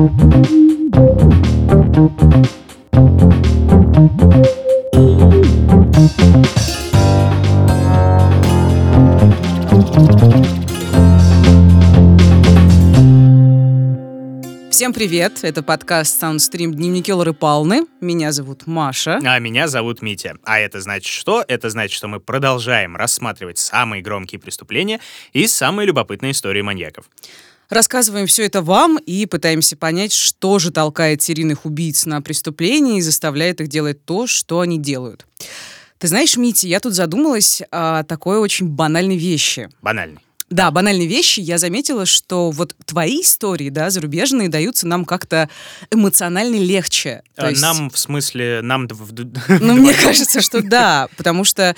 Всем привет! Это подкаст Soundstream «Дневники Лоры Палны». Меня зовут Маша. А меня зовут Митя. А это значит что? Это значит, что мы продолжаем рассматривать самые громкие преступления и самые любопытные истории маньяков. Рассказываем все это вам и пытаемся понять, что же толкает серийных убийц на преступления и заставляет их делать то, что они делают. Ты знаешь, Митя, я тут задумалась о такой очень банальной вещи. Банальный. Да, банальные вещи. Я заметила, что вот твои истории, да, зарубежные, даются нам как-то эмоционально легче. То есть... Нам, в смысле, нам... Ну, мне кажется, что да, потому что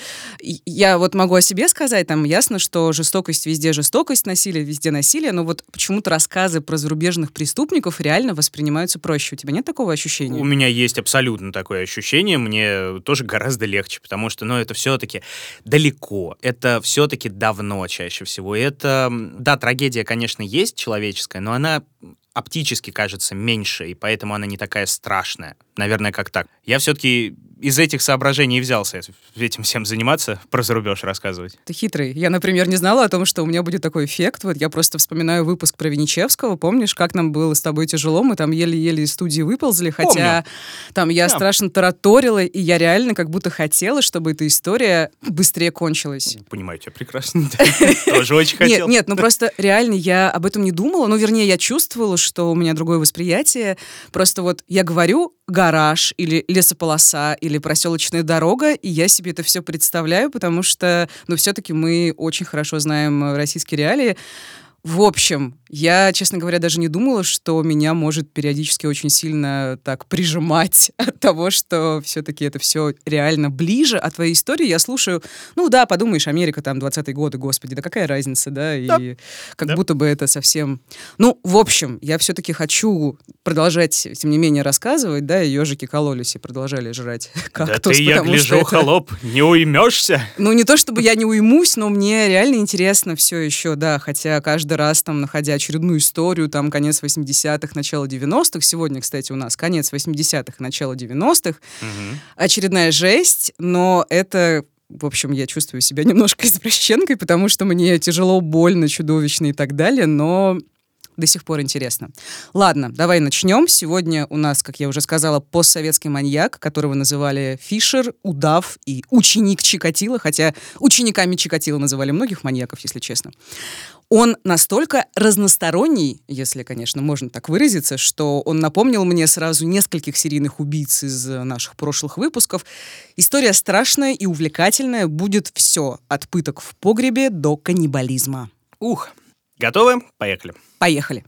я вот могу о себе сказать, там ясно, что жестокость везде жестокость, насилие везде насилие, но вот почему-то рассказы про зарубежных преступников реально воспринимаются проще. У тебя нет такого ощущения? У меня есть абсолютно такое ощущение, мне тоже гораздо легче, потому что, это все-таки далеко, это все-таки давно чаще всего. Это, да, трагедия, конечно, есть человеческая, но она оптически кажется меньше, и поэтому она не такая страшная. Наверное, как так. Я все-таки из этих соображений и взялся этим всем заниматься, про зарубеж рассказывать. Ты хитрый. Я, например, не знала о том, что у меня будет такой эффект. Вот я просто вспоминаю выпуск про Винничевского. Помнишь, как нам было с тобой тяжело? Мы там еле-еле из студии выползли, хотя там я страшно тараторила, и я реально как будто хотела, чтобы эта история быстрее кончилась. Понимаю тебя прекрасно. Тоже очень хотел. Нет, просто реально я об этом не думала. Вернее, я чувствовала, что у меня другое восприятие. Просто вот я говорю гараж или лесополоса или проселочная дорога, и я себе это все представляю, потому что, все-таки мы очень хорошо знаем российские реалии. В общем, я, честно говоря, даже не думала, что меня может периодически очень сильно так прижимать от того, что все-таки это все реально ближе. А твои истории я слушаю, подумаешь, Америка, там, 20-е годы, господи, да какая разница, да? И как будто бы это совсем... в общем, я все-таки хочу продолжать, тем не менее, рассказывать, да, и ежики кололись и продолжали жрать кактус. Да ты, я гляжу, холоп, не уймешься? Не то чтобы я не уймусь, но мне реально интересно все еще, да, хотя каждый раз, там, находя очередную историю, там, конец 80-х, начало 90-х. Сегодня, кстати, у нас конец 80-х, начало 90-х. Очередная жесть, но это... В общем, я чувствую себя немножко извращенкой, потому что мне тяжело, больно, чудовищно и так далее, но до сих пор интересно. Ладно, давай начнем. Сегодня у нас, как я уже сказала, постсоветский маньяк, которого называли Фишер, Удав и ученик Чикатило, хотя учениками Чикатило называли многих маньяков, если честно. Он настолько разносторонний, если, конечно, можно так выразиться, что он напомнил мне сразу нескольких серийных убийц из наших прошлых выпусков. История страшная и увлекательная, будет все, от пыток в погребе до каннибализма. Готовы? Поехали. Поехали.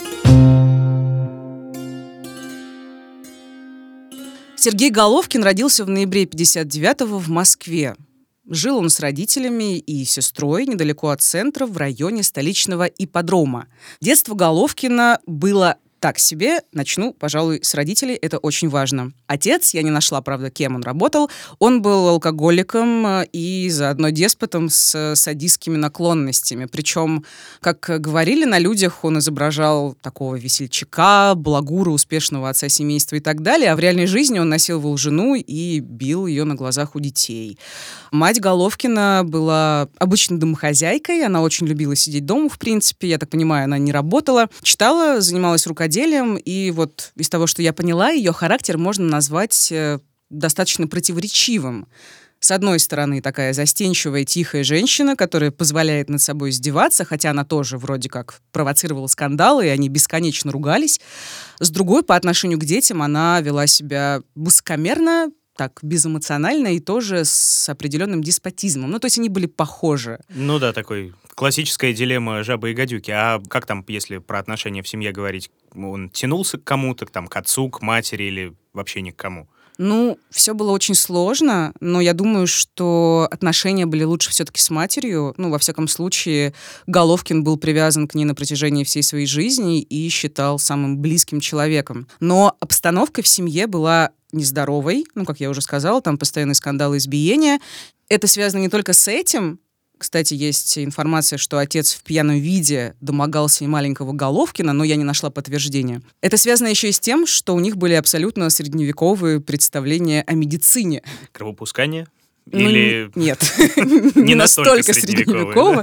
Сергей Головкин родился в ноябре 1959-го в Москве. Жил он с родителями и сестрой недалеко от центра в районе столичного ипподрома. Детство Головкина было так себе. Начну, пожалуй, с родителей. Это очень важно. Отец, я не нашла, правда, кем он работал. Он был алкоголиком и заодно деспотом с садистскими наклонностями. Причем, как говорили на людях, он изображал такого весельчака, балагура, успешного отца семейства и так далее. А в реальной жизни он насиловал жену и бил ее на глазах у детей. Мать Головкина была обычной домохозяйкой. Она очень любила сидеть дома, в принципе. Я так понимаю, она не работала. Читала, занималась рукоделием. И вот из того, что я поняла, ее характер можно назвать достаточно противоречивым. С одной стороны, такая застенчивая, тихая женщина, которая позволяет над собой издеваться, хотя она тоже вроде как провоцировала скандалы, и они бесконечно ругались. С другой, по отношению к детям, она вела себя высокомерно, так, безэмоционально и тоже с определенным деспотизмом. То есть они были похожи. Такой классическая дилемма жабы и гадюки. А как там, если про отношения в семье говорить, он тянулся к кому-то, к отцу, к матери или вообще ни к кому? Все было очень сложно, но я думаю, что отношения были лучше все-таки с матерью. Во всяком случае, Головкин был привязан к ней на протяжении всей своей жизни и считал самым близким человеком. Но обстановка в семье была нездоровой, как я уже сказала, там постоянные скандалы, избиения. Это связано не только с этим, Кстати, есть информация, что отец в пьяном виде домогался и маленького Головкина, но я не нашла подтверждения. Это связано еще и с тем, что у них были абсолютно средневековые представления о медицине. Кровопускание? Или нет, не настолько средневековое.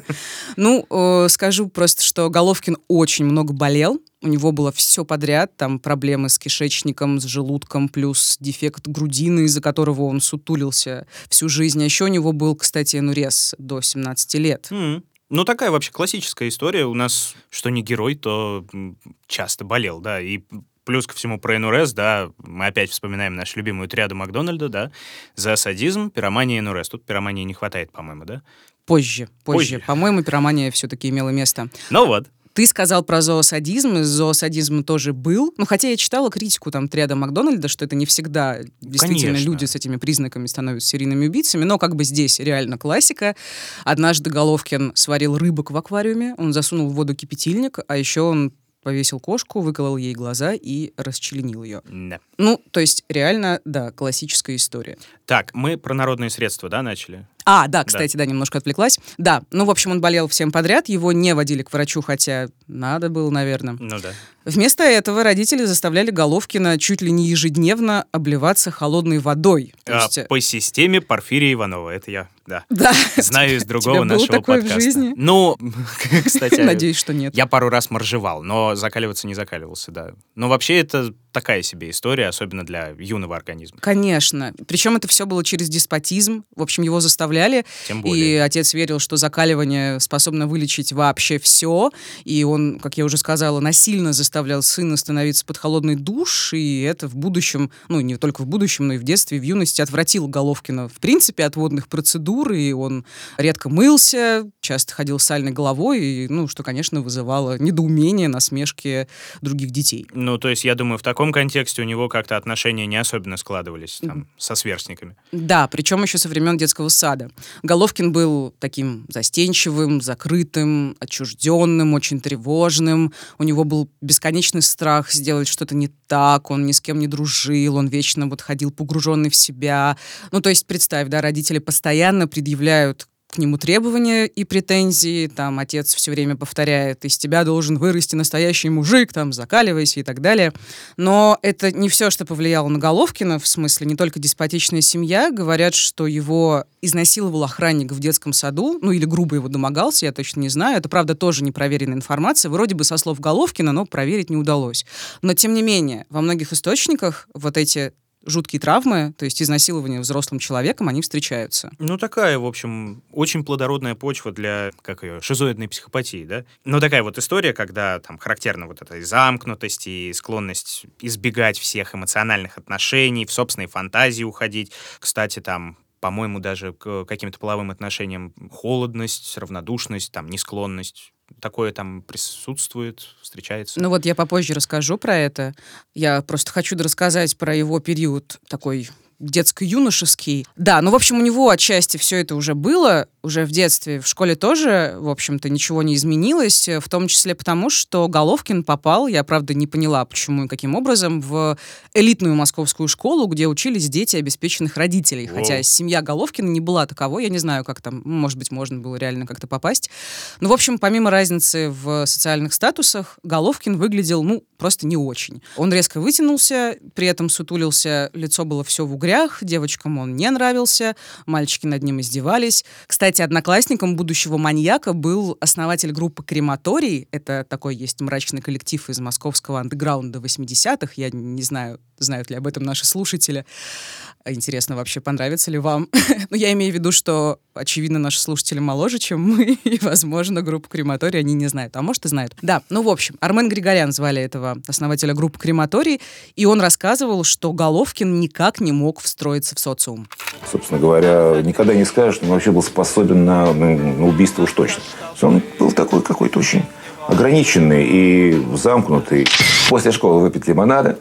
Ну, скажу просто, что Головкин очень много болел. У него было все подряд, там проблемы с кишечником, с желудком, плюс дефект грудины, из-за которого он сутулился всю жизнь. А еще у него был, кстати, энурез до 17 лет. Ну, такая вообще классическая история. У нас, что не герой, то часто болел, да, и плюс ко всему про энурез, да, мы опять вспоминаем нашу любимую триаду Макдональда, да, за садизм, пиромания, энурез. Тут пиромании не хватает, по-моему, да? Позже. По-моему, пиромания все-таки имела место. Ну вот. Ты сказал про зоосадизм, и зоосадизм тоже был. Ну, хотя я читала критику там триада Макдональда, что это не всегда действительно Конечно. люди с этими признаками становятся серийными убийцами, но как бы здесь реально классика. Однажды Головкин сварил рыбок в аквариуме, он засунул в воду кипятильник, а еще он повесил кошку, выколол ей глаза и расчленил ее. Да. Ну, то есть реально, да, классическая история. Так, мы про народные средства, да, начали? Да, кстати, да, немножко отвлеклась. Да, ну, в общем, он болел всем подряд, его не водили к врачу, хотя надо было, наверное. Ну да. Вместо этого родители заставляли Головкина чуть ли не ежедневно обливаться холодной водой. По системе Порфирия Иванова, это я, да. Да. Знаю из другого нашего такое подкаста. В жизни? Ну, кстати, надеюсь, что нет. Я пару раз моржевал, но закаливаться не закаливался, да. Но вообще это такая себе история, особенно для юного организма. Конечно. Причем это все было через деспотизм. В общем, его заставляли. Тем более. И отец верил, что закаливание способно вылечить вообще все. И он, как я уже сказала, насильно заставлял сына становиться под холодный душ. И это в будущем, ну, не только в будущем, но и в детстве, и в юности отвратило Головкина, в принципе, от водных процедур. И он редко мылся, часто ходил с сальной головой. И, ну, что, конечно, вызывало недоумение, насмешки других детей. Ну, то есть, я думаю, в таком контексте у него как-то отношения не особенно складывались там, со сверстниками. Да, причем еще со времен детского сада. Головкин был таким застенчивым, закрытым, отчужденным, очень тревожным. У него был бесконечный страх сделать что-то не так, он ни с кем не дружил, он вечно вот ходил погруженный в себя. Ну, то есть, представь, да, родители постоянно предъявляют к нему требования и претензии, там отец все время повторяет: из тебя должен вырасти настоящий мужик, там, закаливайся и так далее. Но это не все, что повлияло на Головкина, в смысле не только деспотичная семья. Говорят, что его изнасиловал охранник в детском саду, ну или грубо его домогался, я точно не знаю. Это, правда, тоже непроверенная информация, вроде бы со слов Головкина, но проверить не удалось. Но, тем не менее, во многих источниках вот эти жуткие травмы, то есть изнасилование взрослым человеком, они встречаются. Ну, такая, в общем, очень плодородная почва для, шизоидной психопатии, да? Ну, такая вот история, когда там характерна вот эта замкнутость и склонность избегать всех эмоциональных отношений, в собственные фантазии уходить. Кстати, там, по-моему, даже к каким-то половым отношениям холодность, равнодушность, там, несклонность. Такое там присутствует, встречается. Ну вот я попозже расскажу про это. Я просто хочу рассказать про его период такой детско-юношеский. Да, ну, в общем, у него отчасти все это уже было, уже в детстве. В школе тоже, в общем-то, ничего не изменилось, в том числе потому, что Головкин попал, я, правда, не поняла, почему и каким образом, в элитную московскую школу, где учились дети обеспеченных родителей. Хотя семья Головкина не была таковой, я не знаю, как там, может быть, можно было реально как-то попасть. Ну, в общем, помимо разницы в социальных статусах, Головкин выглядел, ну, просто не очень. Он резко вытянулся, при этом сутулился, лицо было все в угрях, девочкам он не нравился, мальчики над ним издевались. Кстати, одноклассником будущего маньяка был основатель группы «Крематорий». Это такой есть мрачный коллектив из московского андеграунда 80-х. Я не знаю, знают ли об этом наши слушатели. Интересно, вообще, понравится ли вам? Но я имею в виду, что, очевидно, наши слушатели моложе, чем мы, и, возможно, группу «Крематорий» они не знают. А может, и знают. Да, ну, в общем, Армен Григорян звали этого основателя группы «Крематорий», и он рассказывал, что Головкин никак не мог встроиться в социум. Собственно говоря, никогда не скажешь, что он вообще был способен на убийство уж точно. Он был такой какой-то очень ограниченный и замкнутый. После школы выпить лимонада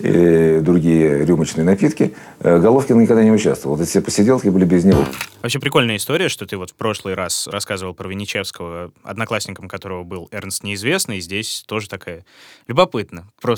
и другие рюмочные напитки. Головкин никогда не участвовал. Вот все посиделки были без него. Вообще прикольная история, что ты вот в прошлый раз рассказывал про Винничевского, одноклассником которого был Эрнст Неизвестный. Здесь тоже такая любопытно. Просто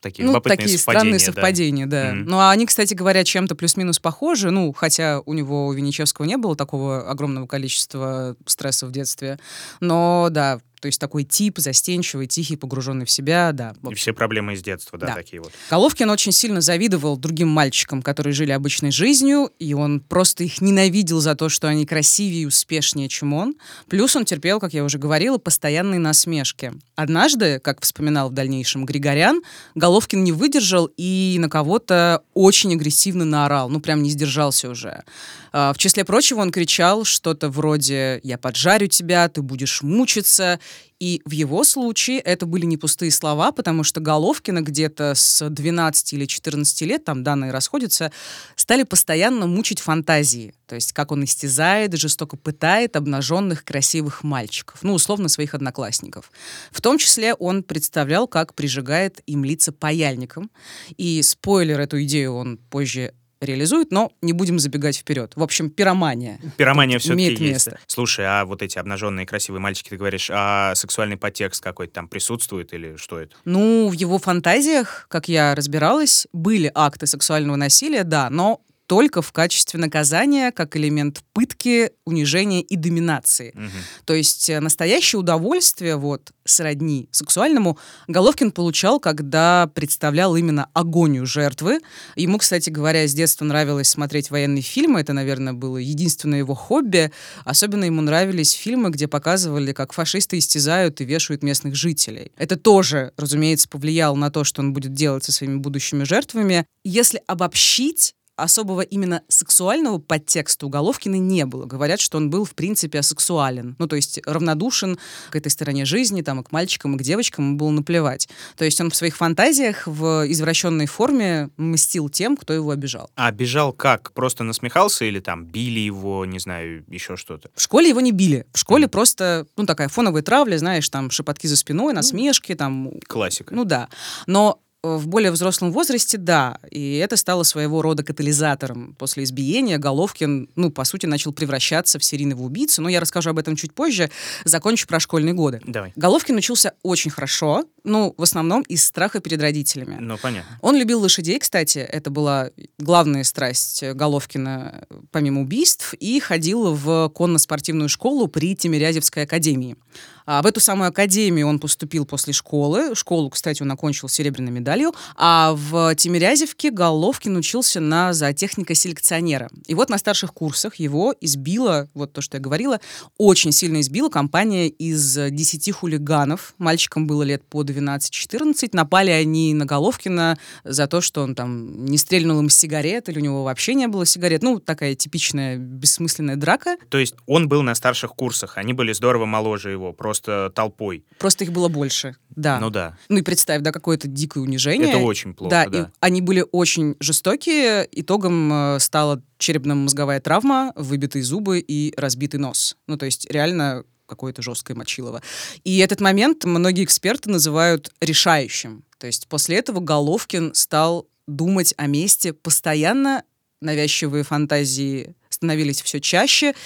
Такие любопытные такие совпадения. странные совпадения, да. Ну, а они, кстати говоря, чем-то плюс-минус похожи. Ну, хотя у Винничевского не было такого огромного количества стресса в детстве. Но, да, то есть такой тип застенчивый, тихий, погруженный в себя, да. И все проблемы из детства, да, такие вот. Головкин очень сильно завидовал другим мальчикам, которые жили обычной жизнью, и он просто их ненавидел за то, что они красивее и успешнее, чем он. Плюс он терпел, как я уже говорила, постоянные насмешки. Однажды, как вспоминал в дальнейшем Григорян, Головкин не выдержал и на кого-то очень агрессивно наорал, ну прям не сдержался уже. В числе прочего он кричал что-то вроде «я поджарю тебя, ты будешь мучиться». И в его случае это были не пустые слова, потому что Головкина где-то с 12 или 14 лет, там данные расходятся, стали постоянно мучить фантазии. То есть как он истязает, жестоко пытает обнаженных красивых мальчиков, ну, условно, своих одноклассников. В том числе он представлял, как прижигает им лица паяльником. И спойлер, эту идею он позже реализует, но не будем забегать вперед. В общем, пиромания. Пиромания все-таки имеет есть. место. Слушай, а вот эти обнаженные красивые мальчики, ты говоришь, а сексуальный подтекст какой-то там присутствует или что это? Ну, в его фантазиях, как я разбиралась, были акты сексуального насилия, да, но только в качестве наказания, как элемент пытки, унижения и доминации. Угу. То есть настоящее удовольствие, вот, сродни сексуальному, Головкин получал, когда представлял именно агонию жертвы. Ему, кстати говоря, с детства нравилось смотреть военные фильмы, это, наверное, было единственное его хобби. Особенно ему нравились фильмы, где показывали, как фашисты истязают и вешают местных жителей. Это тоже, разумеется, повлияло на то, что он будет делать со своими будущими жертвами. Если обобщить, особого именно сексуального подтекста у Головкина не было. Говорят, что он был, в принципе, асексуален. Ну, то есть равнодушен к этой стороне жизни, там, и к мальчикам, и к девочкам ему было наплевать. То есть он в своих фантазиях в извращенной форме мстил тем, кто его обижал. А обижал как? Просто насмехался или там били его, не знаю, еще что-то? В школе его не били. В школе просто, ну, такая фоновая травля, знаешь, там, шепотки за спиной, насмешки, там... Классика. Ну, да. Но в более взрослом возрасте, да, и это стало своего рода катализатором. После избиения Головкин, ну, по сути, начал превращаться в серийного убийцу, но я расскажу об этом чуть позже, закончу про школьные годы. Давай. Головкин учился очень хорошо, ну, в основном из страха перед родителями. Ну, понятно. Он любил лошадей, кстати, это была главная страсть Головкина, помимо убийств, и ходил в конно-спортивную школу при Тимирязевской академии. А в эту самую академию он поступил после школы. Школу, кстати, он окончил серебряной медалью. А в Тимирязевке Головкин учился на зоотехника-селекционера. И вот на старших курсах его избила, вот то, что я говорила, очень сильно избила компания из 10 хулиганов. Мальчикам было лет по 12-14. Напали они на Головкина за то, что он там не стрельнул им сигарет, или у него вообще не было сигарет. Ну, такая типичная бессмысленная драка. То есть он был на старших курсах, они были здорово моложе его, просто толпой. Просто их было больше, да. Ну да. Ну и представь, да, какое-то дикое унижение. Это очень плохо, да. да. И они были очень жестокие. Итогом стала черепно-мозговая травма, выбитые зубы и разбитый нос. Ну, то есть реально какое-то жесткое мочилово. И этот момент многие эксперты называют решающим. То есть после этого Головкин стал думать о мести постоянно, навязчивые фантазии становились все чаще,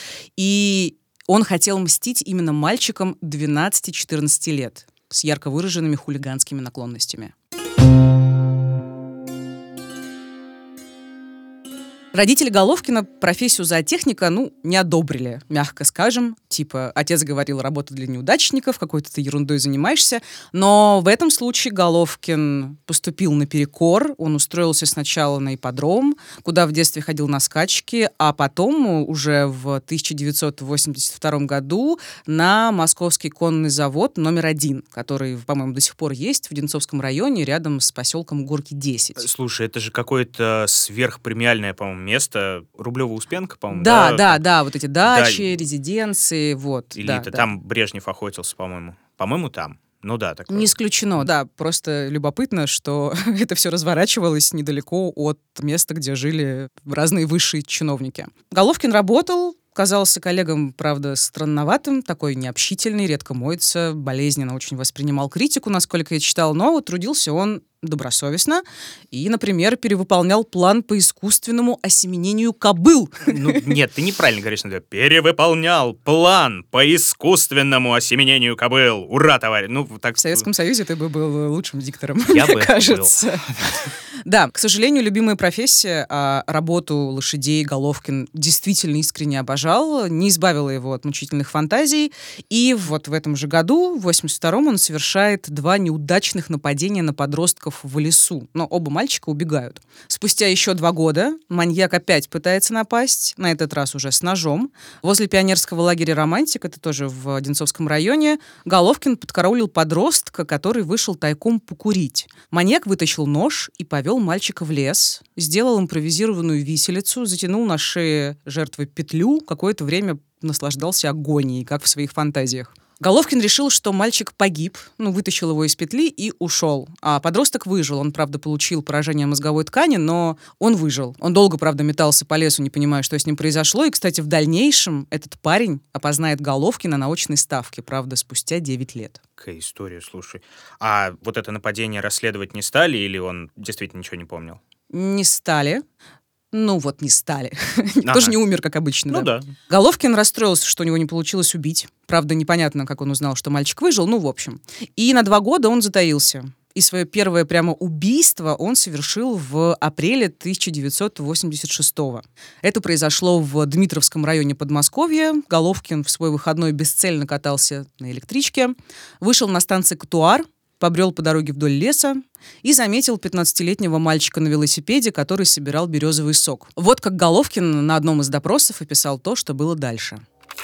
и он хотел мстить именно мальчикам 12-14 лет с ярко выраженными хулиганскими наклонностями. Родители Головкина профессию зоотехника, ну, не одобрили, мягко скажем. Типа, отец говорил, работа для неудачников, какой-то ты ерундой занимаешься. Но в этом случае Головкин поступил наперекор. Он устроился сначала на ипподром, куда в детстве ходил на скачки, а потом уже в 1982 году на Московский конный завод номер 1, который, по-моему, до сих пор есть в Одинцовском районе, рядом с поселком Горки 10. Слушай, это же какое-то сверхпремиальное, по-моему, место. Рублево-Успенка, по-моему, да, вот эти дачи, резиденции, вот. Элита. Там Брежнев охотился, по-моему. По-моему, там. Ну да, такое. Не исключено, да. Просто любопытно, что это все разворачивалось недалеко от места, где жили разные высшие чиновники. Головкин работал, казался коллегам, правда, странноватым, такой необщительный, редко моется, болезненно очень воспринимал критику, насколько я читал, но трудился он добросовестно и, например, перевыполнял план по искусственному осеменению кобыл. Ну, нет, ты неправильно говоришь. Перевыполнял план по искусственному осеменению кобыл. Ура, товарищ! Ну, так... В Советском Союзе ты бы был лучшим диктором, Я мне бы кажется. Да, к сожалению, любимая профессия, а работу лошадей Головкин действительно искренне обожал, не избавила его от мучительных фантазий. И вот в этом же году, в 82-м, он совершает 2 неудачных нападения на подростков в лесу, но оба мальчика убегают. Спустя еще 2 года маньяк опять пытается напасть, на этот раз уже с ножом. Возле пионерского лагеря «Романтик», это тоже в Одинцовском районе, Головкин подкараулил подростка, который вышел тайком покурить. Маньяк вытащил нож и повел мальчика в лес, сделал импровизированную виселицу, затянул на шее жертвы петлю, какое-то время наслаждался агонией, как в своих фантазиях. Головкин решил, что мальчик погиб, вытащил его из петли и ушел. А подросток выжил. Он, правда, получил поражение мозговой ткани, но он выжил. Он долго, правда, метался по лесу, не понимая, что с ним произошло. И, кстати, в дальнейшем этот парень опознает Головкина на очной ставке, правда, спустя 9 лет. Какая история, слушай. А вот это нападение расследовать не стали или он действительно ничего не помнил? Не стали. Не стали. Ага. Тоже не умер, как обычно. Ну да. Головкин расстроился, что у него не получилось убить. Правда, непонятно, как он узнал, что мальчик выжил, в общем. И на 2 года он затаился. И свое первое прямо убийство он совершил в апреле 1986-го. Это произошло в Дмитровском районе Подмосковья. Головкин в свой выходной бесцельно катался на электричке, вышел на станции Катуар, побрел по дороге вдоль леса и заметил 15-летнего мальчика на велосипеде, который собирал березовый сок. Вот как Головкин на одном из допросов описал то, что было дальше.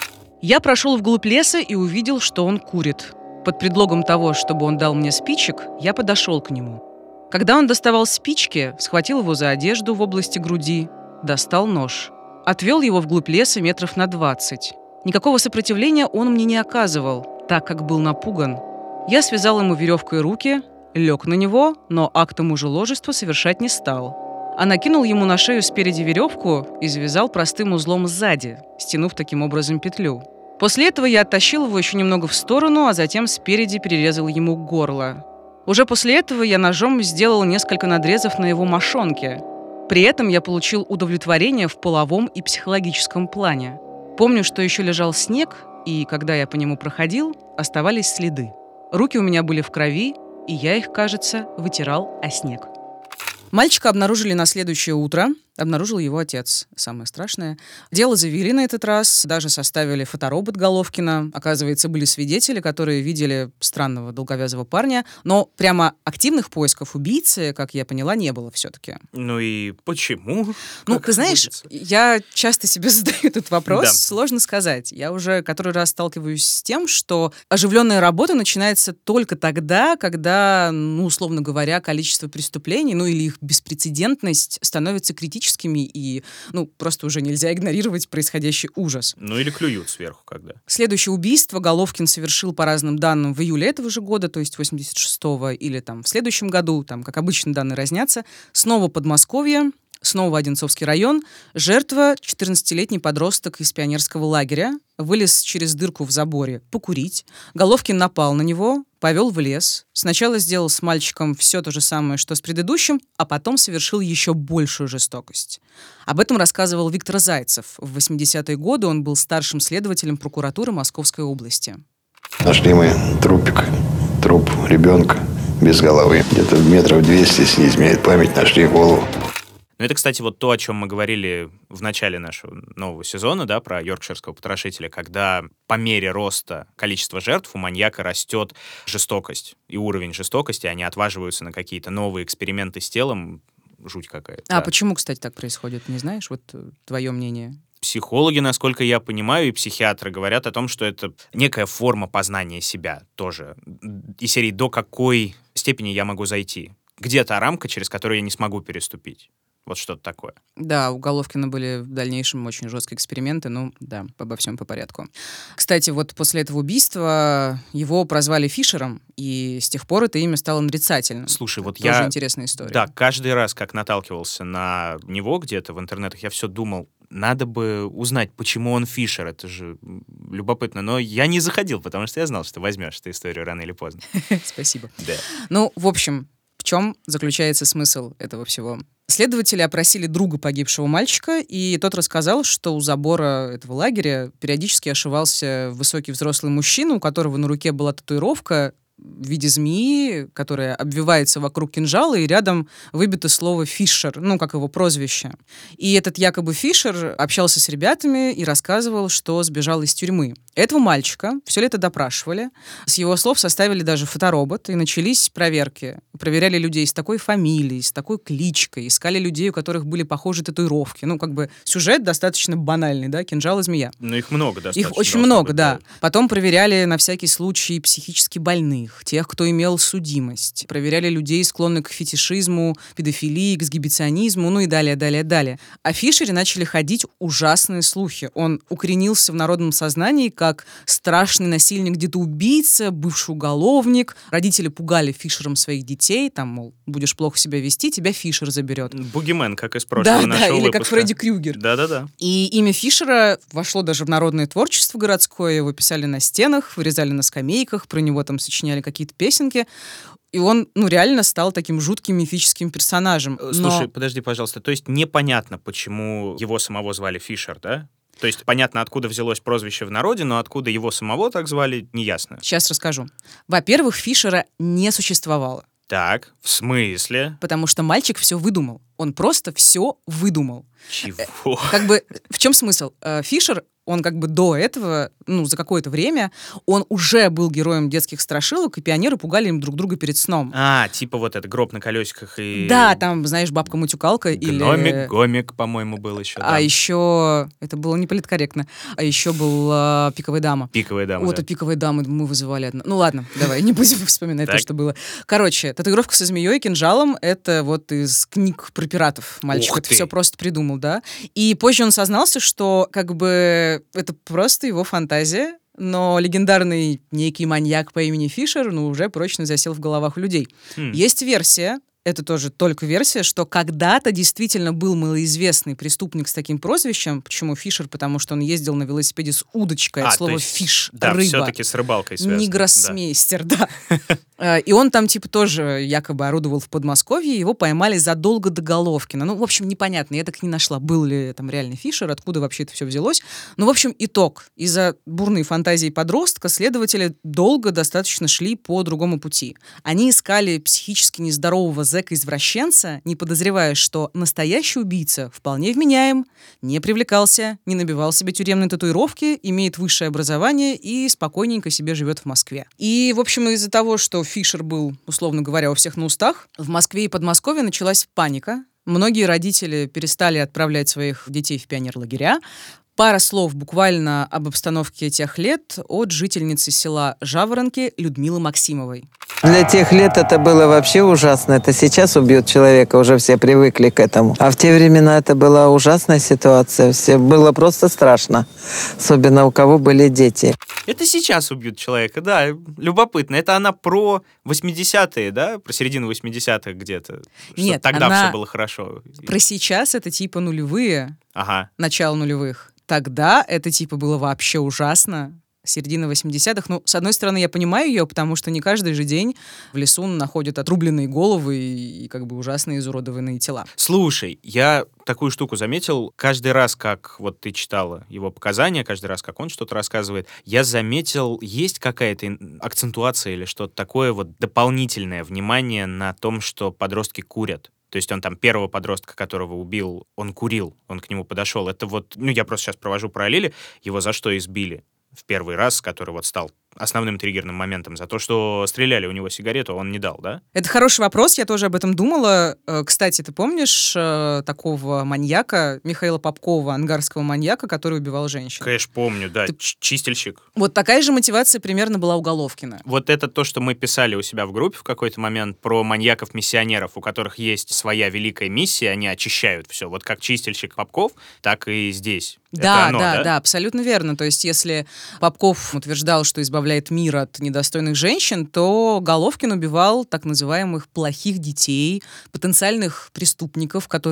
«Я прошел вглубь леса и увидел, что он курит. Под предлогом того, чтобы он дал мне спичек, я подошел к нему. Когда он доставал спички, схватил его за одежду в области груди, достал нож. Отвел его вглубь леса метров на 20. Никакого сопротивления он мне не оказывал, так как был напуган. Я связал ему веревкой руки, лег на него, но акта мужеложества совершать не стал. А накинул ему на шею спереди веревку и завязал простым узлом сзади, стянув таким образом петлю. После этого я оттащил его еще немного в сторону, а затем спереди перерезал ему горло. Уже после этого я ножом сделал несколько надрезов на его мошонке. При этом я получил удовлетворение в половом и психологическом плане. Помню, что еще лежал снег, и когда я по нему проходил, оставались следы. Руки у меня были в крови, и я их, кажется, вытирал о снег». Мальчика обнаружили на следующее утро. Обнаружил его отец. Самое страшное. Дело завели на этот раз. Даже составили фоторобот Головкина. Оказывается, были свидетели, которые видели странного долговязого парня. Но прямо активных поисков убийцы, как я поняла, не было все-таки. Ну и почему? Ты знаешь, я часто себе задаю этот вопрос. Да. Сложно сказать. Я уже который раз сталкиваюсь с тем, что оживленная работа начинается только тогда, когда, условно говоря, количество преступлений, или их беспрецедентность становится критической, и, просто уже нельзя игнорировать происходящий ужас. Или клюют сверху когда. Следующее убийство Головкин совершил, по разным данным, в июле этого же года, то есть 86-го, или в следующем году, как обычно, данные разнятся. Снова Подмосковье, снова Одинцовский район. Жертва — 14-летний подросток из пионерского лагеря. Вылез через дырку в заборе покурить. Головкин напал на него, повел в лес. Сначала сделал с мальчиком все то же самое, что с предыдущим, а потом совершил еще большую жестокость. Об этом рассказывал Виктор Зайцев. В 80-е годы он был старшим следователем прокуратуры Московской области. Нашли мы труп ребенка без головы. Где-то метров 200, если не изменяет память, нашли голову. Это, кстати, вот то, о чем мы говорили в начале нашего нового сезона, да, про йоркширского потрошителя, когда по мере роста количества жертв у маньяка растет жестокость и уровень жестокости, они отваживаются на какие-то новые эксперименты с телом, жуть какая-то. А почему, кстати, так происходит, не знаешь? Вот твое мнение. Психологи, насколько я понимаю, и психиатры говорят о том, что это некая форма познания себя тоже. Из серии «До какой степени я могу зайти?» Где-то рамка, через которую я не смогу переступить. Вот что-то такое. Да, у Головкина были в дальнейшем очень жесткие эксперименты, обо всем по порядку. Кстати, вот после этого убийства его прозвали Фишером, и с тех пор это имя стало нарицательным. Слушай, вот тоже интересная история. Да, каждый раз, как наталкивался на него где-то в интернетах, я все думал, Надо бы узнать, почему он Фишер. Это же любопытно. Но я не заходил, потому что я знал, что возьмешь эту историю рано или поздно. Спасибо. Да. Ну, в общем, в чем заключается смысл этого всего? Следователи опросили друга погибшего мальчика, и тот рассказал, что у забора этого лагеря периодически ошивался высокий взрослый мужчина, у которого на руке была татуировка в виде змеи, которая обвивается вокруг кинжала, и рядом выбито слово «Фишер», ну, как его прозвище. И этот якобы Фишер общался с ребятами и рассказывал, что сбежал из тюрьмы. Этого мальчика все лето допрашивали, с его слов составили даже фоторобот, и начались проверки. Проверяли людей с такой фамилией, с такой кличкой, искали людей, у которых были похожие татуировки. Ну, как бы сюжет достаточно банальный, да, кинжал и змея. Но их много достаточно. Их очень много, да. Потом проверяли на всякий случай психически больных, тех, кто имел судимость. Проверяли людей, склонных к фетишизму, педофилии, к эксгибиционизму, ну и далее, далее, далее. О Фишере начали ходить ужасные слухи. Он укоренился в народном сознании как страшный насильник, где-то убийца, бывший уголовник. Родители пугали Фишером своих детей, там, мол, будешь плохо себя вести, тебя Фишер заберет. Бугимен, как из прошлого нашего или выпуска. как Фредди Крюгер. Да-да-да. И имя Фишера вошло даже в народное творчество городское, его писали на стенах, вырезали на скамейках, про него там сочиняли какие-то песенки. И он, ну, реально стал таким жутким мифическим персонажем. Слушай, подожди, пожалуйста, то есть непонятно, почему его самого звали Фишер, да? То есть понятно, откуда взялось прозвище в народе, но откуда его самого так звали, неясно. Сейчас расскажу. Во-первых, Фишера не существовало. Так, в смысле? Потому что мальчик все выдумал. Он просто все выдумал. Чего? Как бы, в чем смысл? Фишер, он как бы до этого, ну, за какое-то время, он уже был героем детских страшилок, и пионеры пугали им друг друга перед сном. Типа вот это гроб на колесиках и... Да, там, знаешь, бабка-матюкалка или... Гомик, по-моему, был еще. А еще... Это было не политкорректно. А еще был «Пиковая дама». Пиковая дама, Вот, да. у «Пиковой дамы» мы вызывали одну. Ну ладно, давай, не будем вспоминать то, что было. Короче, татуировка со змеей и кинжалом — это вот из книг про пиратов. Мальчик это все просто придумал, да. И позже он сознался, что как бы это просто его фантазия, но легендарный некий маньяк по имени Фишер, ну, уже прочно засел в головах у людей. Есть версия, это тоже только версия, что когда-то действительно был малоизвестный преступник с таким прозвищем. Почему Фишер? Потому что он ездил на велосипеде с удочкой от слова «фиш», да, рыба. все-таки с рыбалкой связано. Не гроссмейстер, да. И он там типа тоже якобы орудовал в Подмосковье, его поймали задолго до Головкина. Ну, в общем, непонятно, я так и не нашла, был ли там реальный Фишер, откуда вообще это все взялось. Ну, в общем, итог. Из-за бурной фантазии подростка следователи долго достаточно шли по другому пути. Они искали психически нездорового зэка-извращенца, не подозревая, что настоящий убийца вполне вменяем, не привлекался, не набивал себе тюремные татуировки, имеет высшее образование и спокойненько себе живет в Москве. И, в общем, из-за того, что Фишер был, условно говоря, у всех на устах, в Москве и Подмосковье началась паника. Многие родители перестали отправлять своих детей в пионерлагеря. Пара слов буквально об обстановке тех лет от жительницы села Жаворонки Людмилы Максимовой. Для тех лет это было вообще ужасно. Это сейчас убьют человека, уже все привыкли к этому. А в те времена это была ужасная ситуация. Все было просто страшно. Особенно у кого были дети. Это сейчас убьют человека, да, любопытно. Это она про 80-е, да? Про середину 80-х где-то. Нет, тогда она все было хорошо. Про сейчас это типа нулевые, начало нулевых. Тогда это типа было вообще ужасно. Середина 80-х. Ну, с одной стороны, я понимаю ее, потому что не каждый же день в лесу находят отрубленные головы и как бы ужасные изуродованные тела. Слушай, я такую штуку заметил. Каждый раз, как вот ты читала его показания, каждый раз, как он что-то рассказывает, я заметил, есть какая-то акцентуация или что-то такое вот дополнительное внимание на том, что подростки курят. То есть он там первого подростка, которого убил, он курил, он к нему подошел. Это вот, ну, я просто сейчас провожу параллели, его за что избили в первый раз, который вот стал основным триггерным моментом, за то, что стреляли у него сигарету, он не дал, да? Это хороший вопрос, я тоже об этом думала. Кстати, ты помнишь такого маньяка, Михаила Попкова, ангарского маньяка, который убивал женщин? Конечно, помню, да, чистильщик. Вот такая же мотивация примерно была у Головкина. Вот это то, что мы писали у себя в группе в какой-то момент про маньяков-миссионеров, у которых есть своя великая миссия, они очищают все. Вот как чистильщик Попков, так и здесь. Да, да, абсолютно верно. То есть если Попков утверждал, что избавляет мир от недостойных женщин, то Головкин убивал так называемых плохих детей, потенциальных преступников, которые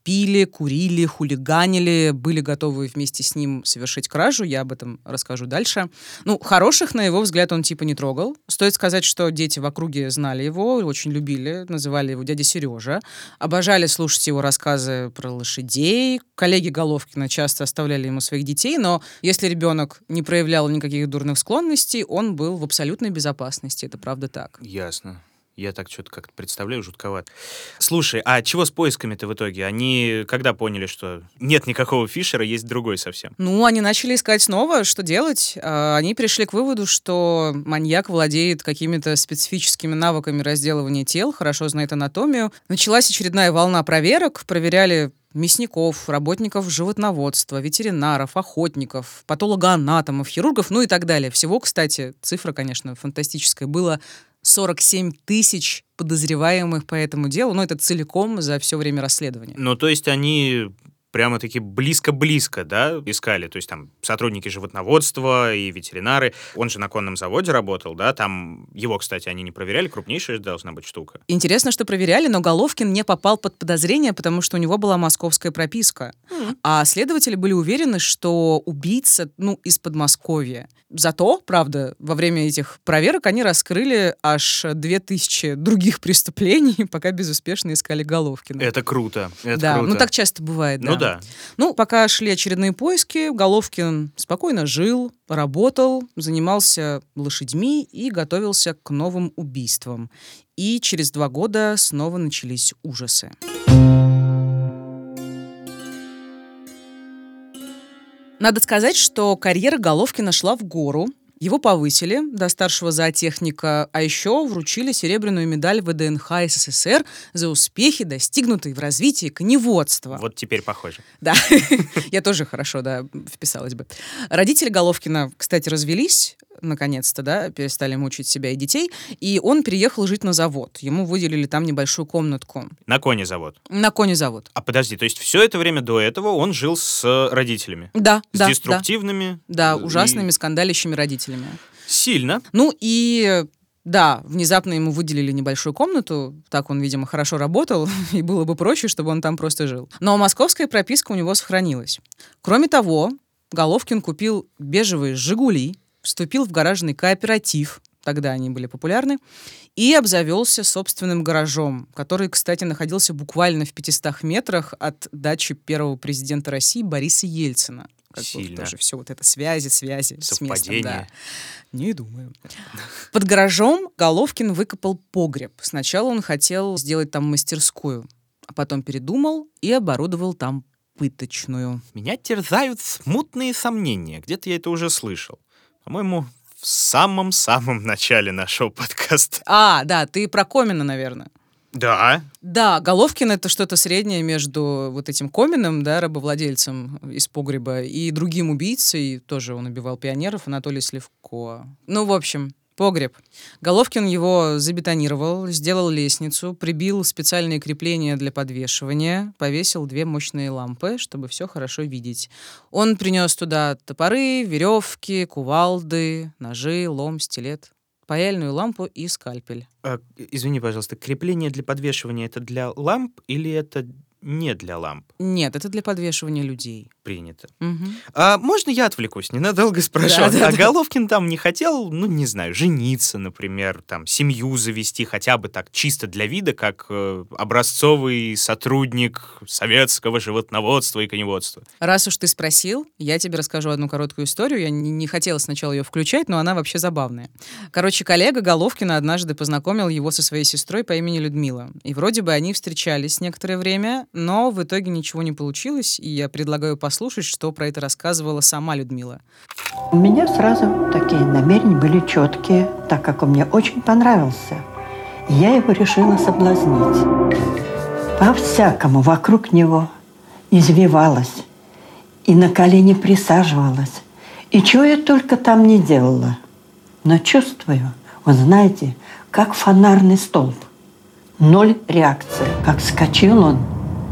пили, курили, хулиганили, были готовы вместе с ним совершить кражу. Я об этом расскажу дальше. Хороших, на его взгляд, он типа не трогал. Стоит сказать, что дети в округе знали его, очень любили, называли его дядя Сережа, обожали слушать его рассказы про лошадей. Коллеги Головкина часто оставляли ему своих детей, но если ребенок не проявлял никаких дурных склонностей, он был в абсолютной безопасности. Это правда так. Ясно. Я так что-то как-то представляю, жутковато. Слушай, а чего с поисками-то в итоге? Они когда поняли, что нет никакого Фишера, есть другой совсем? Они начали искать снова, что делать. Они пришли к выводу, что маньяк владеет какими-то специфическими навыками разделывания тел, хорошо знает анатомию. Началась очередная волна проверок, проверяли мясников, работников животноводства, ветеринаров, охотников, патологоанатомов, хирургов, и так далее. Всего, кстати, цифра, конечно, фантастическая, было 47 тысяч подозреваемых по этому делу, это целиком за все время расследования. То есть они прямо-таки близко-близко, да, искали? То есть там сотрудники животноводства и ветеринары. Он же на конном заводе работал, да? Там его, кстати, они не проверяли, крупнейшая должна быть штука. Интересно, что проверяли, но Головкин не попал под подозрение, потому что у него была московская прописка. А следователи были уверены, что убийца, из Подмосковья. Зато, правда, во время этих проверок они раскрыли аж 2000 других преступлений, пока безуспешно искали Головкина. Это круто. Да, круто. Так часто бывает, да. Да. Пока шли очередные поиски, Головкин спокойно жил, работал, занимался лошадьми и готовился к новым убийствам. И через 2 года снова начались ужасы. Надо сказать, что карьера Головкина шла в гору. Его повысили до старшего зоотехника, а еще вручили серебряную медаль ВДНХ СССР за успехи, достигнутые в развитии коневодства. Вот теперь похоже. Да, я тоже хорошо, вписалась бы. Родители Головкина, кстати, развелись, наконец-то, перестали мучить себя и детей, и он переехал жить на завод. Ему выделили там небольшую комнатку. На конезавод? На конезавод. А подожди, то есть все это время до этого он жил с родителями? Да. С деструктивными? Да, ужасными, скандалящими родителями. Сильно. Внезапно ему выделили небольшую комнату, так он, видимо, хорошо работал, и было бы проще, чтобы он там просто жил. Но московская прописка у него сохранилась. Кроме того, Головкин купил бежевые «Жигули», вступил в гаражный кооператив, тогда они были популярны, и обзавелся собственным гаражом, который, кстати, находился буквально в 500 метрах от дачи первого президента России Бориса Ельцина. Сильно. Тоже все это связи с местом. Да. Не думаю. Под гаражом Головкин выкопал погреб. Сначала он хотел сделать там мастерскую, а потом передумал и оборудовал там пыточную. Меня терзают смутные сомнения. Где-то я это уже слышал. По-моему, в самом-самом начале нашего подкаста. Да, ты про Комина, наверное. Да. Да, Головкин — это что-то среднее между вот этим Коминым, рабовладельцем из погреба, и другим убийцей, тоже он убивал пионеров, Анатолий Сливко. В общем, погреб. Головкин его забетонировал, сделал лестницу, прибил специальные крепления для подвешивания, повесил 2 мощные лампы, чтобы все хорошо видеть. Он принес туда топоры, веревки, кувалды, ножи, лом, стилет, паяльную лампу и скальпель. Извини, пожалуйста, крепление для подвешивания — это для ламп или это не для ламп? Нет, это для подвешивания людей. Принято. Угу. Можно я отвлекусь? Ненадолго спрошу. Да. Головкин там не хотел, не знаю, жениться, например, там, семью завести, хотя бы так, чисто для вида, как образцовый сотрудник советского животноводства и коневодства? Раз уж ты спросил, я тебе расскажу одну короткую историю. Я не хотела сначала ее включать, но она вообще забавная. Коллега Головкина однажды познакомил его со своей сестрой по имени Людмила. И вроде бы они встречались некоторое время, но в итоге ничего не получилось, и я предлагаю послушать, что про это рассказывала сама Людмила. У меня сразу такие намерения были четкие, так как он мне очень понравился. И я его решила соблазнить. По-всякому вокруг него извивалась, и на колени присаживалась. И чего я только там не делала. Но чувствую, вы знаете, как фонарный столб. 0 реакции. Как вскочил он,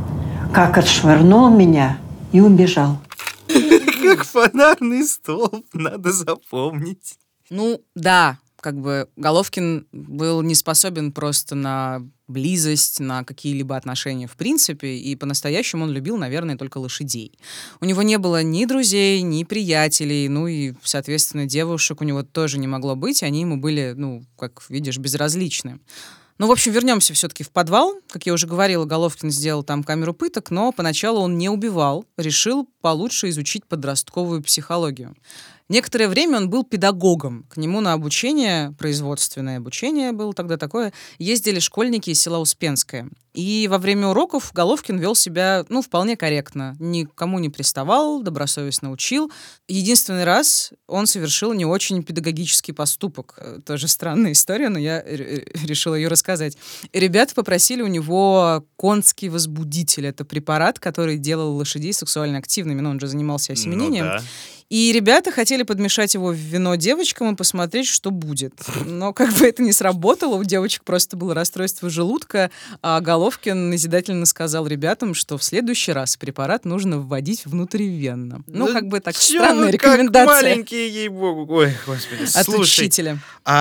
как отшвырнул меня и убежал. Как фонарный столб, надо запомнить. Да, Головкин был не способен просто на близость, на какие-либо отношения в принципе, и по-настоящему он любил, наверное, только лошадей. У него не было ни друзей, ни приятелей, ну и, соответственно, девушек у него тоже не могло быть, они ему были, ну, как видишь, безразличны. Ну, в общем, вернемся все-таки в подвал. Как я уже говорила, Головкин сделал там камеру пыток, но поначалу он не убивал, решил получше изучить подростковую психологию. Некоторое время он был педагогом. К нему на обучение, производственное обучение было тогда такое, ездили школьники из села Успенское. И во время уроков Головкин вел себя, ну, вполне корректно. Никому не приставал, добросовестно учил. Единственный раз он совершил не очень педагогический поступок. Тоже странная история, но я решила ее рассказать. Ребята попросили у него конский возбудитель. Это препарат, который делал лошадей сексуально активными. Но он же занимался осеменением. Ну, да. И ребята хотели подмешать его в вино девочкам и посмотреть, что будет. Но как бы это не сработало, у девочек просто было расстройство желудка, а Головкин назидательно сказал ребятам, что в следующий раз препарат нужно вводить внутривенно. Ну, как бы так, странная рекомендация. Как маленькие, ей-богу. Ой, господи. От Слушай, учителя.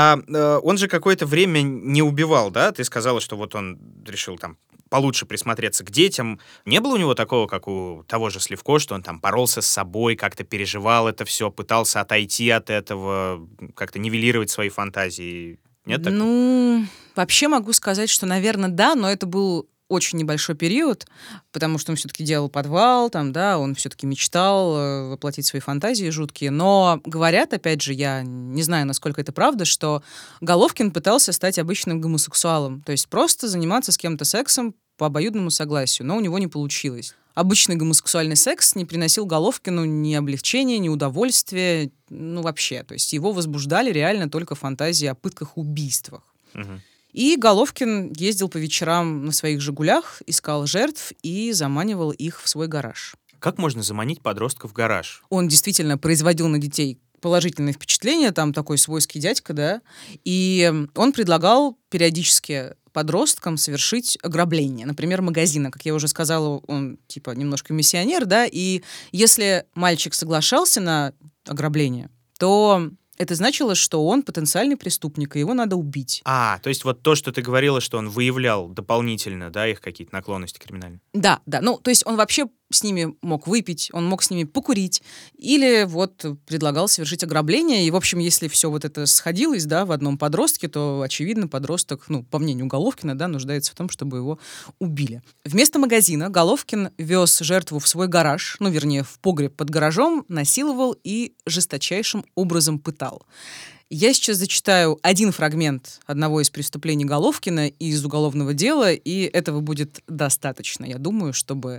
Он же какое-то время не убивал, да? Ты сказала, что вот он решил там получше присмотреться к детям. Не было у него такого, как у того же Сливко, что он там боролся с собой, как-то переживал это все, пытался отойти от этого, как-то нивелировать свои фантазии? Нет такого? Ну, вообще могу сказать, что, наверное, да, но это был очень небольшой период, потому что он все-таки делал подвал, там, да, он все-таки мечтал воплотить свои фантазии жуткие. Но говорят, опять же, я не знаю, насколько это правда, что Головкин пытался стать обычным гомосексуалом, то есть просто заниматься с кем-то сексом по обоюдному согласию, но у него не получилось. Обычный гомосексуальный секс не приносил Головкину ни облегчения, ни удовольствия, ну вообще. То есть его возбуждали реально только фантазии о пытках-убийствах. Угу. И Головкин ездил по вечерам на своих «Жигулях», искал жертв и заманивал их в свой гараж. Как можно заманить подростка в гараж? Он действительно производил на детей положительное впечатление, там такой свойский дядька, да, и он предлагал периодически подросткам совершить ограбление, например, магазина. Как я уже сказала, он типа немножко миссионер, да, и если мальчик соглашался на ограбление, то это значило, что он потенциальный преступник, и его надо убить. То есть вот то, что ты говорила, что он выявлял дополнительно, да, их какие-то наклонности криминальные. Да, ну, то есть он вообще с ними мог выпить, он мог с ними покурить, или вот предлагал совершить ограбление, и, в общем, если все вот это сходилось, да, в одном подростке, то, очевидно, подросток, ну, по мнению Головкина, да, нуждается в том, чтобы его убили. Вместо магазина Головкин вез жертву в свой гараж, ну, вернее, в погреб под гаражом, насиловал и жесточайшим образом пытал. Я сейчас зачитаю один фрагмент одного из преступлений Головкина из уголовного дела, и этого будет достаточно, я думаю, чтобы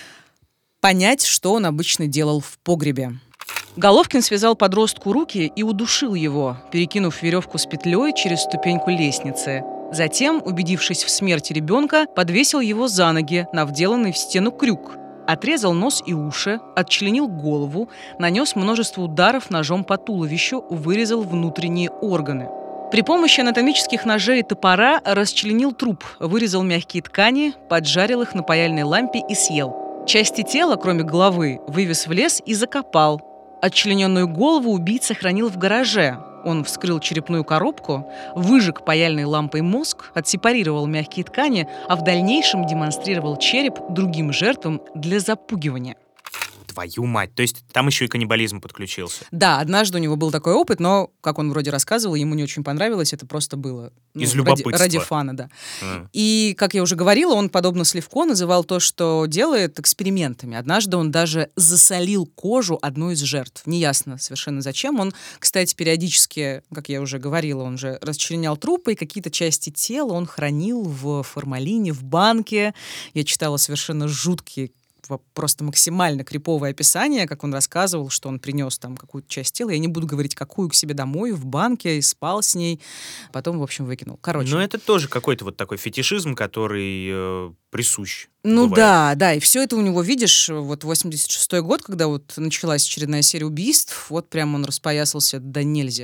понять, что он обычно делал в погребе. Головкин связал подростку руки и удушил его, перекинув веревку с петлей через ступеньку лестницы. Затем, убедившись в смерти ребенка, подвесил его за ноги на вделанный в стену крюк, отрезал нос и уши, отчленил голову, нанес множество ударов ножом по туловищу, вырезал внутренние органы. При помощи анатомических ножей и топора расчленил труп, вырезал мягкие ткани, поджарил их на паяльной лампе и съел. Части тела, кроме головы, вывез в лес и закопал. Отчлененную голову убийца хранил в гараже. Он вскрыл черепную коробку, выжег паяльной лампой мозг, отсепарировал мягкие ткани, а в дальнейшем демонстрировал череп другим жертвам для запугивания. Твою мать, то есть там еще и каннибализм подключился. Да, однажды у него был такой опыт, но, как он вроде рассказывал, ему не очень понравилось, это просто было из любопытства. Ради фана, да. И, как я уже говорила, он, подобно Сливко, называл то, что делает, экспериментами. Однажды он даже засолил кожу одной из жертв. Неясно совершенно зачем. Он, кстати, периодически, как я уже говорила, он же расчленял трупы, и какие-то части тела он хранил в формалине, в банке. Я читала совершенно жуткие, просто максимально криповое описание, как он рассказывал, что он принес там какую-то часть тела. Я не буду говорить, какую, к себе домой, в банке, и спал с ней. Потом, в общем, выкинул. Короче. Но это тоже какой-то вот такой фетишизм, который присущ. Ну бывает. да, и все это у него, видишь, вот 86-й год, когда вот началась очередная серия убийств, вот прям он распоясался до нельзя.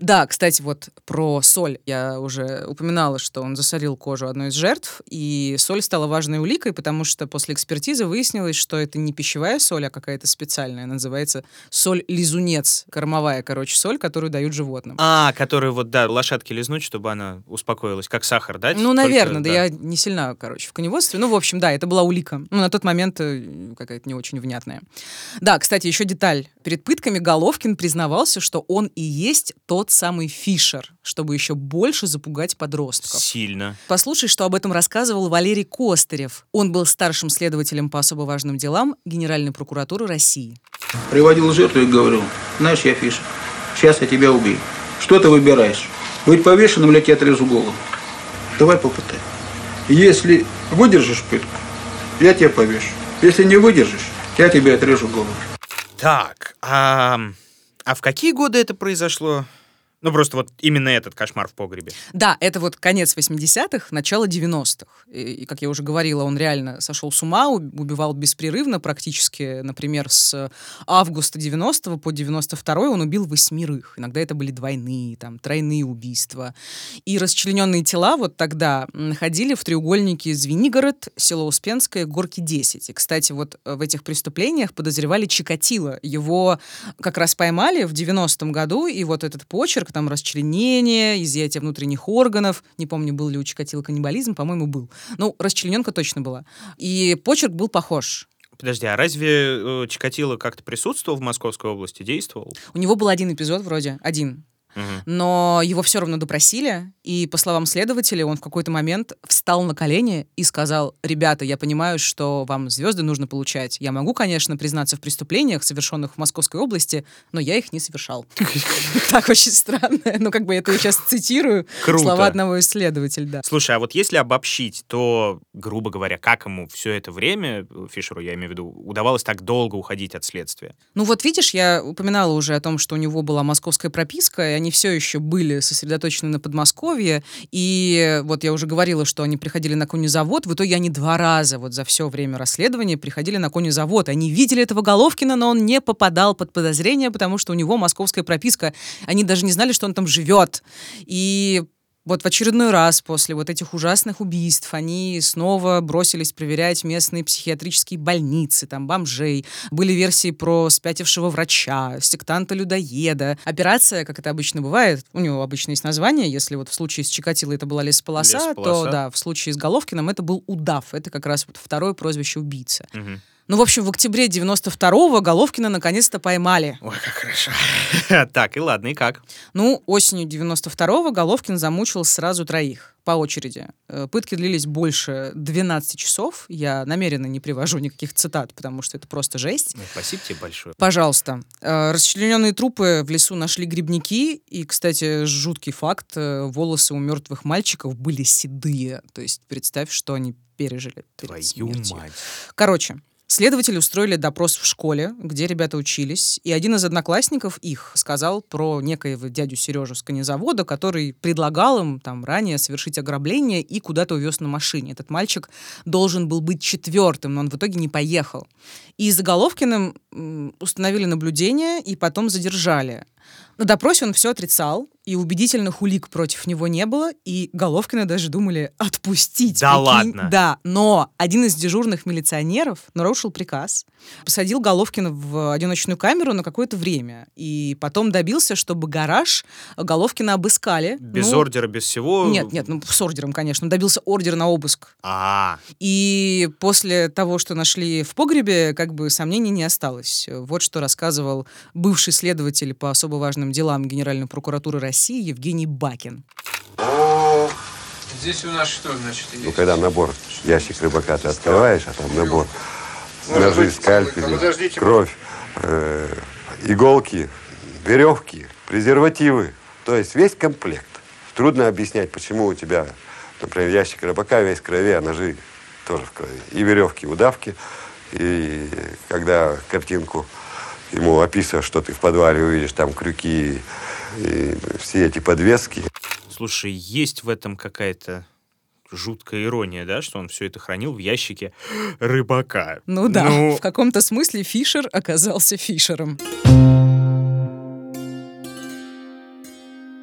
Да, кстати, вот про соль. Я уже упоминала, что он засорил кожу одной из жертв, и соль стала важной уликой, потому что после экспертизы выяснилось, что это не пищевая соль, а какая-то специальная. Называется соль-лизунец. Кормовая, соль, которую дают животным. Которую лошадке лизнуть, чтобы она успокоилась, как сахар, да? Ну, наверное, да, я не сильна, в коневодстве. Ну, в общем, да, это была улика. Ну, на тот момент какая-то не очень внятная. Да, кстати, еще деталь. Перед пытками Головкин признавался, что он и есть тот самый Фишер, чтобы еще больше запугать подростков. Сильно. Послушай, что об этом рассказывал Валерий Костырев. Он был старшим следователем по особо важным делам Генеральной прокуратуры России. Приводил жертву и говорил: знаешь, я Фишер, сейчас я тебя убью. Что ты выбираешь? Быть повешенным или я тебе отрежу голову? Давай попытай. Если выдержишь пытку, я тебя повешу. Если не выдержишь, я тебе отрежу голову. Так, а в какие годы это произошло? Ну, просто вот именно этот кошмар в погребе. Да, это вот конец 80-х, начало 90-х. И, как я уже говорила, он реально сошел с ума, убивал беспрерывно практически. Например, с августа 90-го по 92-й он убил 8. Иногда это были двойные, тройные убийства. И расчлененные тела вот тогда находили в треугольнике Звенигород, село Успенское, Горки 10. И, кстати, вот в этих преступлениях подозревали Чикатило. Его как раз поймали в 90-м году, и вот этот почерк, расчленение, изъятие внутренних органов. Не помню, был ли у Чикатило каннибализм, по-моему, был. Ну, расчлененка точно была. И почерк был похож. Подожди, а разве Чикатило как-то присутствовал в Московской области, действовал? У него был один эпизод вроде, один. Но его все равно допросили, и, по словам следователя, он в какой-то момент встал на колени и сказал: ребята, я понимаю, что вам звезды нужно получать. Я могу, конечно, признаться в преступлениях, совершенных в Московской области, но я их не совершал. Так очень странно. Ну, это я сейчас цитирую слова одного исследователя, да. Слушай, а вот если обобщить, то, грубо говоря, как ему все это время, Фишеру, я имею в виду, удавалось так долго уходить от следствия? Ну вот видишь, я упоминала уже о том, что у него была московская прописка, и они все еще были сосредоточены на Подмосковье, и вот я уже говорила, что они приходили на конезавод, в итоге они 2 раза вот за все время расследования приходили на конезавод. Они видели этого Головкина, но он не попадал под подозрение, потому что у него московская прописка. Они даже не знали, что он там живет. И вот в очередной раз после вот этих ужасных убийств они снова бросились проверять местные психиатрические больницы, бомжей. Были версии про спятившего врача, сектанта-людоеда. Операция, как это обычно бывает, у него обычно есть название. Если вот в случае с Чикатило это была лесополоса, то да, в случае с Головкиным это был удав. Это как раз вот второе прозвище убийцы. Ну, в общем, в октябре 92-го Головкина наконец-то поймали. Ой, как хорошо. Так, и ладно, и как? Ну, осенью 92-го Головкин замучил сразу 3 по очереди. Пытки длились больше 12 часов. Я намеренно не привожу никаких цитат, потому что это просто жесть. Спасибо тебе большое. Пожалуйста. Расчлененные трупы в лесу нашли грибники. И, кстати, жуткий факт. Волосы у мертвых мальчиков были седые. То есть представь, что они пережили перед смертью. Твою мать. Короче, следователи устроили допрос в школе, где ребята учились, и один из одноклассников их сказал про некоего дядю Сережу с конезавода, который предлагал им ранее совершить ограбление и куда-то увез на машине. Этот мальчик должен был быть 4-м, но он в итоге не поехал. И за Головкиным установили наблюдение и потом задержали. На допросе он все отрицал, и убедительных улик против него не было, и Головкина даже думали отпустить. Да прикинь? ладно? Да, но один из дежурных милиционеров нарушил приказ, посадил Головкина в одиночную камеру на какое-то время, и потом добился, чтобы гараж Головкина обыскали. Без ордера, без всего? Нет, с ордером, конечно. Добился ордера на обыск. И после того, что нашли в погребе, сомнений не осталось. Вот что рассказывал бывший следователь по особо важным делам Генеральной прокуратуры России Евгений Бакин. Здесь у нас что, значит, есть? Ну, когда набор, ящик рыбака ты открываешь, а там набор, ножи, скальпели, кровь, иголки, веревки, презервативы. То есть весь комплект. Трудно объяснять, почему у тебя, например, ящик рыбака весь в крови, а ножи тоже в крови. И веревки, удавки. И когда картинку ему описываешь, что ты в подвале увидишь, там крюки и все эти подвески. Слушай, есть в этом какая-то жуткая ирония, да, что он все это хранил в ящике рыбака. Ну да, в каком-то смысле Фишер оказался Фишером.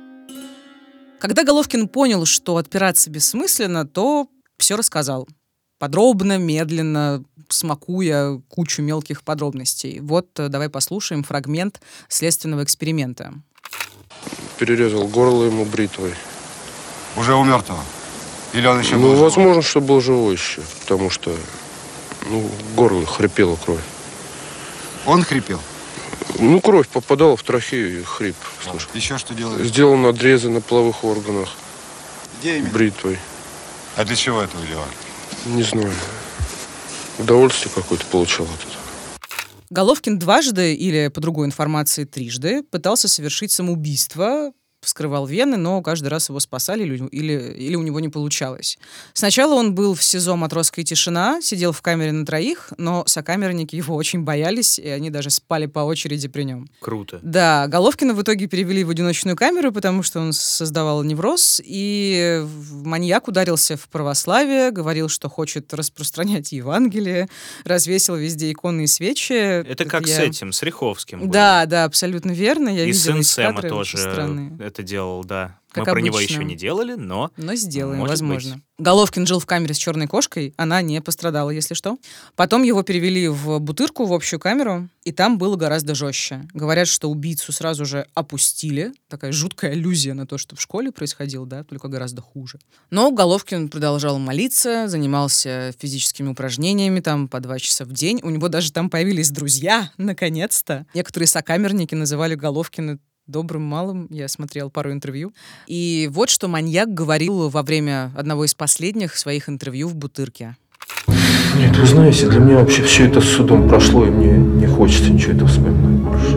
Когда Головкин понял, что отпираться бессмысленно, то все рассказал. Подробно, медленно, смакуя кучу мелких подробностей. Вот давай послушаем фрагмент следственного эксперимента. Перерезал горло ему бритвой. Уже у мертвого? Или он еще был Ну, живой? возможно, что был живой еще, потому что в горло хрипела кровь. Он хрипел? Ну, кровь попадала в трахею и хрип. Слушай. Еще что делали? Сделал надрезы на половых органах. Где именно? Бритвой. А для чего этого делали? Не знаю. Удовольствие какое-то получал от этого. Головкин дважды, или, по другой информации, трижды, пытался совершить самоубийство, вскрывал вены, но каждый раз его спасали или у него не получалось. Сначала он был в СИЗО «Матросская тишина», сидел в камере на 3, но сокамерники его очень боялись, и они даже спали по очереди при нем. Круто. Да, Головкина в итоге перевели в одиночную камеру, потому что он создавал невроз, и маньяк ударился в православие, говорил, что хочет распространять Евангелие, развесил везде иконы и свечи. Это как с этим, с Риховским. было. Да, абсолютно верно. Я И видела сын эти Сэма кадры, тоже очень странные. это делал, да. Как Мы про него обычно. еще не делали, но Сделаем, может возможно. быть. Головкин жил в камере с черной кошкой, она не пострадала, если что. Потом его перевели в Бутырку, в общую камеру, и там было гораздо жестче. Говорят, что убийцу сразу же опустили. Такая жуткая аллюзия на то, что в школе происходило, да, только гораздо хуже. Но Головкин продолжал молиться, занимался физическими упражнениями там по 2 часа в день. У него даже там появились друзья, наконец-то. Некоторые сокамерники называли Головкина добрым малым. Я смотрел пару интервью. И вот что маньяк говорил во время одного из последних своих интервью в Бутырке. Нет, вы знаете, для меня вообще все это с судом прошло, и мне не хочется ничего этого вспоминать больше.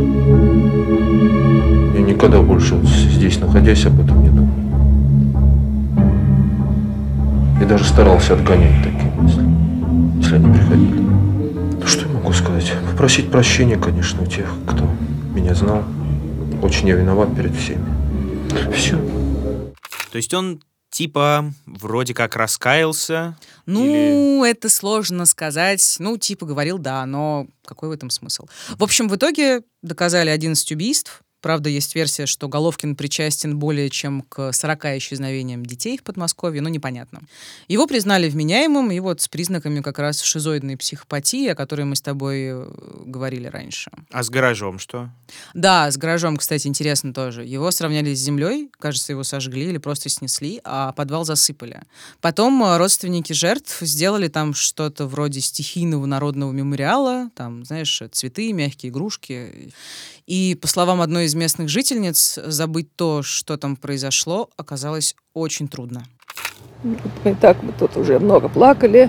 Я никогда больше здесь, находясь, об этом не думал. Я даже старался отгонять такие мысли, если они приходили. Ну, что я могу сказать? Попросить прощения, конечно, у тех, кто меня знал. Очень я виноват перед всеми. Все. То есть он типа вроде как раскаялся? Ну, это сложно сказать. Ну, типа говорил, да, но какой в этом смысл? В общем, в итоге доказали 11 убийств. Правда, есть версия, что Головкин причастен более чем к 40 исчезновениям детей в Подмосковье, но непонятно. Его признали вменяемым, и вот с признаками как раз шизоидной психопатии, о которой мы с тобой говорили раньше. А с гаражом что? Да, с гаражом, кстати, интересно тоже. Его сравняли с землей, кажется, его сожгли или просто снесли, а подвал засыпали. Потом родственники жертв сделали там что-то вроде стихийного народного мемориала, там, знаешь, цветы, мягкие игрушки. И, по словам одной из местных жительниц, забыть то, что там произошло, оказалось очень трудно. И так мы тут уже много плакали.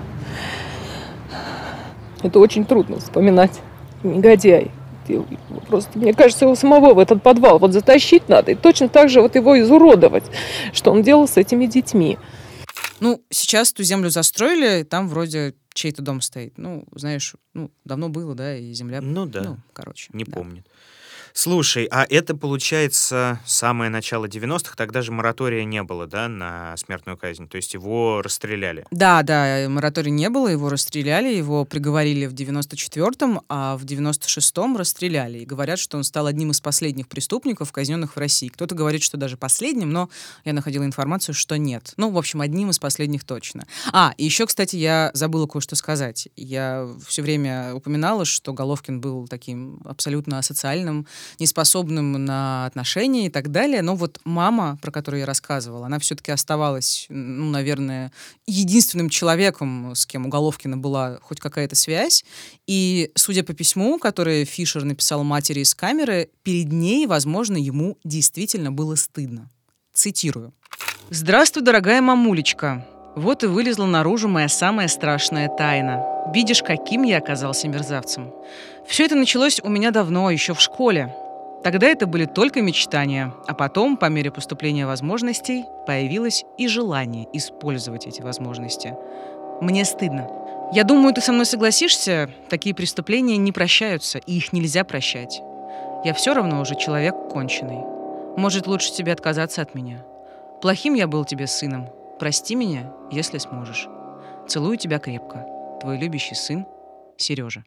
Это очень трудно вспоминать. Негодяй. Просто, мне кажется, его самого в этот подвал вот затащить надо. И точно так же вот его изуродовать, что он делал с этими детьми. Ну, сейчас ту землю застроили, там вроде чей-то дом стоит. Ну, знаешь, давно было, да, и земля... Ну да, не помнит. Слушай, а это, получается, самое начало 90-х, тогда же моратория не было, да, на смертную казнь? То есть его расстреляли? Да, моратория не было, его расстреляли, его приговорили в 94-м, а в 96-м расстреляли. И говорят, что он стал одним из последних преступников, казненных в России. Кто-то говорит, что даже последним, но я находила информацию, что нет. Ну, в общем, одним из последних точно. И еще, кстати, я забыла кое-что сказать. Я все время упоминала, что Головкин был таким абсолютно асоциальным, неспособным на отношения и так далее. Но вот мама, про которую я рассказывала, она все-таки оставалась, наверное, единственным человеком, с кем у Головкина была хоть какая-то связь. И, судя по письму, которое Фишер написал матери из камеры, перед ней, возможно, ему действительно было стыдно. Цитирую. «Здравствуй, дорогая мамулечка. Вот и вылезла наружу моя самая страшная тайна. Видишь, каким я оказался мерзавцем. Все это началось у меня давно, еще в школе. Тогда это были только мечтания, а потом, по мере поступления возможностей, появилось и желание использовать эти возможности. Мне стыдно. Я думаю, ты со мной согласишься, такие преступления не прощаются, и их нельзя прощать. Я все равно уже человек конченый. Может, лучше тебе отказаться от меня. Плохим я был тебе сыном. Прости меня, если сможешь. Целую тебя крепко. Твой любящий сын Сережа».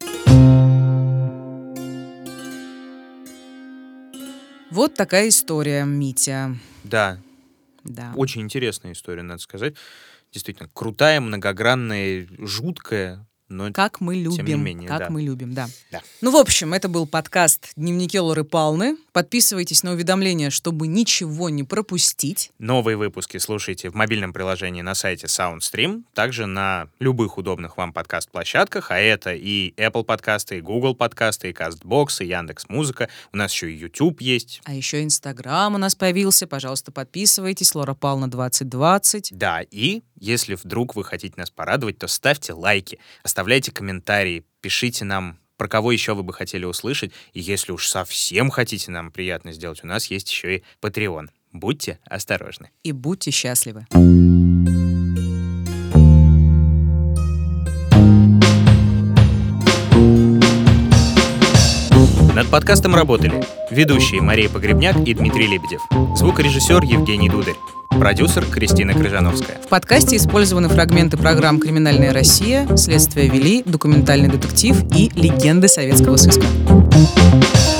Вот такая история, Митя. Да. Да. Очень интересная история, надо сказать. Действительно, крутая, многогранная, жуткая. Но как мы любим, тем не менее, как мы любим, да. Да. Ну, в общем, это был подкаст «Дневники Лоры Палны». Подписывайтесь на уведомления, чтобы ничего не пропустить. Новые выпуски слушайте в мобильном приложении на сайте SoundStream, также на любых удобных вам подкаст-площадках, а это и Apple подкасты, и Google подкасты, и CastBox, и Яндекс.Музыка. У нас еще и YouTube есть. А еще Инстаграм у нас появился. Пожалуйста, подписывайтесь. Лора Пална 2020. Да, и если вдруг вы хотите нас порадовать, то ставьте лайки, оставляйте комментарии, пишите нам, про кого еще вы бы хотели услышать. И если уж совсем хотите нам приятно сделать, у нас есть еще и Patreon. Будьте осторожны. И будьте счастливы. Над подкастом работали ведущие Мария Погребняк и Дмитрий Лебедев, звукорежиссер Евгений Дударь, продюсер Кристина Крыжановская. В подкасте использованы фрагменты программ «Криминальная Россия», «Следствие вели», «Документальный детектив» и «Легенды советского сыска».